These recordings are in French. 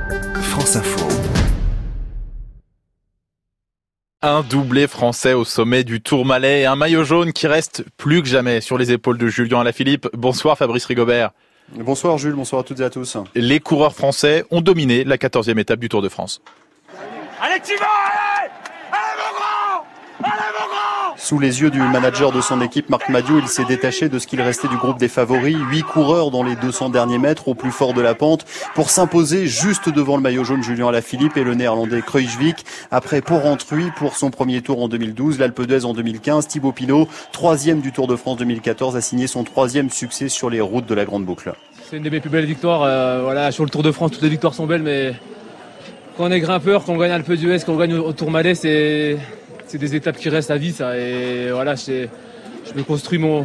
France Info. Un doublé français au sommet du Tourmalet et un maillot jaune qui reste plus que jamais sur les épaules de Julien Alaphilippe. Bonsoir Fabrice Rigobert. Bonsoir Jules, bonsoir à toutes et à tous. Les coureurs français ont dominé la 14e étape du Tour de France. Allez Thibaut, allez mon grand, allez mon grand. Sous les yeux du manager de son équipe, Marc Madiot, il s'est détaché de ce qu'il restait du groupe des favoris. 8 coureurs dans les 200 derniers mètres au plus fort de la pente pour s'imposer juste devant le maillot jaune Julien Alaphilippe et le néerlandais Kruijswijk. Après Port-Rentruy pour son premier tour en 2012, l'Alpe d'Huez en 2015, Thibaut Pinot, 3e du Tour de France 2014, a signé son 3e succès sur les routes de la Grande Boucle. C'est une de mes plus belles victoires. Sur le Tour de France, toutes les victoires sont belles, mais quand on est grimpeur, quand on gagne l'Alpe d'Huez, quand on gagne au Tourmalet, c'est des étapes qui restent à vie, ça. Et voilà, je me construis mon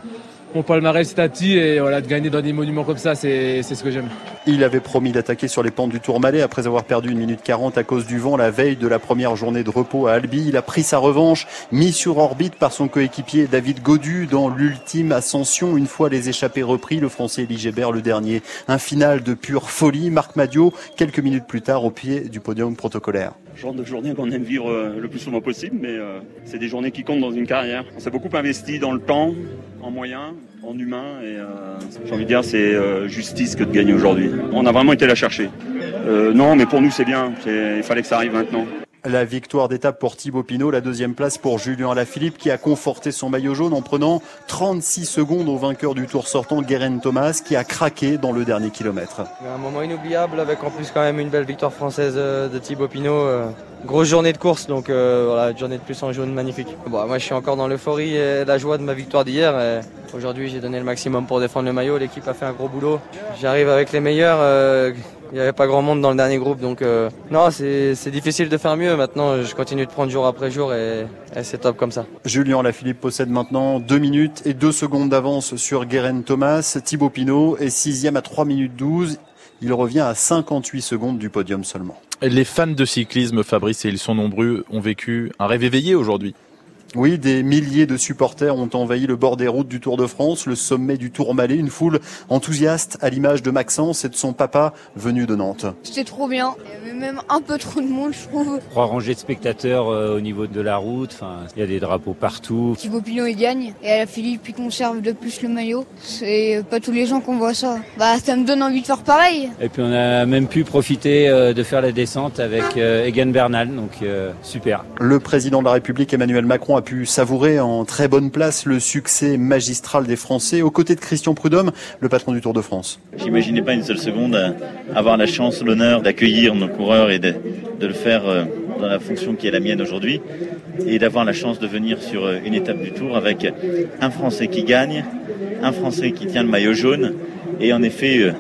palmarès petit à petit, et voilà, de gagner dans des monuments comme ça, c'est ce que j'aime. Il avait promis d'attaquer sur les pentes du Tourmalet après avoir perdu 1 minute 40 à cause du vent la veille de la première journée de repos à Albi. Il a pris sa revanche, mis sur orbite par son coéquipier David Gaudu dans l'ultime ascension. Une fois les échappés repris, le Français Elie Gébert le dernier. Un final de pure folie. Marc Madiot, quelques minutes plus tard, au pied du podium protocolaire. Genre de journée qu'on aime vivre le plus souvent possible, mais c'est des journées qui comptent dans une carrière. On s'est beaucoup investi dans le temps, en moyens, en humain, et j'ai envie de dire c'est justice que de gagner aujourd'hui. On a vraiment été la chercher. Non, mais pour nous c'est bien, il fallait que ça arrive maintenant. La victoire d'étape pour Thibaut Pinot, la 2e place pour Julien Alaphilippe qui a conforté son maillot jaune en prenant 36 secondes au vainqueur du tour sortant, Geraint Thomas, qui a craqué dans le dernier kilomètre. Un moment inoubliable avec en plus quand même une belle victoire française de Thibaut Pinot. Grosse journée de course, donc voilà, une journée de plus en jaune magnifique. Bon, moi je suis encore dans l'euphorie et la joie de ma victoire d'hier. Aujourd'hui j'ai donné le maximum pour défendre le maillot, l'équipe a fait un gros boulot. J'arrive avec les meilleurs. Il n'y avait pas grand monde dans le dernier groupe, donc non, c'est difficile de faire mieux. Maintenant, je continue de prendre jour après jour et c'est top comme ça. Julien Alaphilippe possède maintenant 2 minutes et 2 secondes d'avance sur Geraint Thomas. Thibaut Pinot est 6e à 3 minutes 12. Il revient à 58 secondes du podium seulement. Les fans de cyclisme, Fabrice, et ils sont nombreux, ont vécu un rêve éveillé aujourd'hui. Oui, des milliers de supporters ont envahi le bord des routes du Tour de France, le sommet du Tourmalet, une foule enthousiaste à l'image de Maxence et de son papa venu de Nantes. C'était trop bien, il y avait même un peu trop de monde je trouve. 3 rangées de spectateurs au niveau de la route, il y a des drapeaux partout. Thibaut Pinot il gagne et Alaphilippe il conserve de plus le maillot, c'est pas tous les gens qu'on voit ça. Ça me donne envie de faire pareil. Et puis on a même pu profiter de faire la descente avec Egan Bernal, donc super. Le président de la République Emmanuel Macron a pu savourer en très bonne place le succès magistral des Français aux côtés de Christian Prudhomme, le patron du Tour de France. J'imaginais pas une seule seconde avoir la chance, l'honneur d'accueillir nos coureurs et de le faire dans la fonction qui est la mienne aujourd'hui et d'avoir la chance de venir sur une étape du Tour avec un Français qui gagne, un Français qui tient le maillot jaune et en effet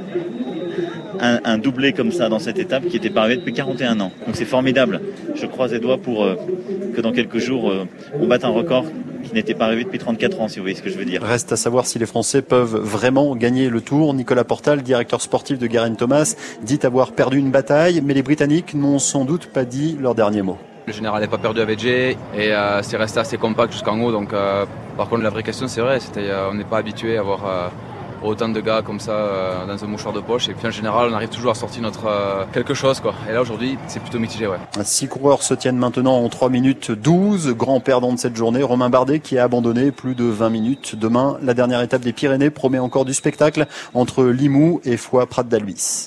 un doublé comme ça dans cette étape qui n'était pas arrivé depuis 41 ans. Donc c'est formidable. Je croise les doigts pour que dans quelques jours, on batte un record qui n'était pas arrivé depuis 34 ans, si vous voyez ce que je veux dire. Reste à savoir si les Français peuvent vraiment gagner le Tour. Nicolas Portal, directeur sportif de Geraint Thomas, dit avoir perdu une bataille, mais les Britanniques n'ont sans doute pas dit leur dernier mot. Le général n'est pas perdu avec Jay et c'est resté assez compact jusqu'en haut. Donc, par contre, la vraie question, c'est vrai, on n'est pas habitué à avoir autant de gars comme ça dans un mouchoir de poche, et puis en général on arrive toujours à sortir notre quelque chose quoi. Et là aujourd'hui c'est plutôt mitigé. 6 coureurs se tiennent maintenant en 3 minutes 12, grand perdant de cette journée, Romain Bardet qui a abandonné plus de 20 minutes. Demain, la dernière étape des Pyrénées promet encore du spectacle entre Limoux et Foix Prat d'Albis.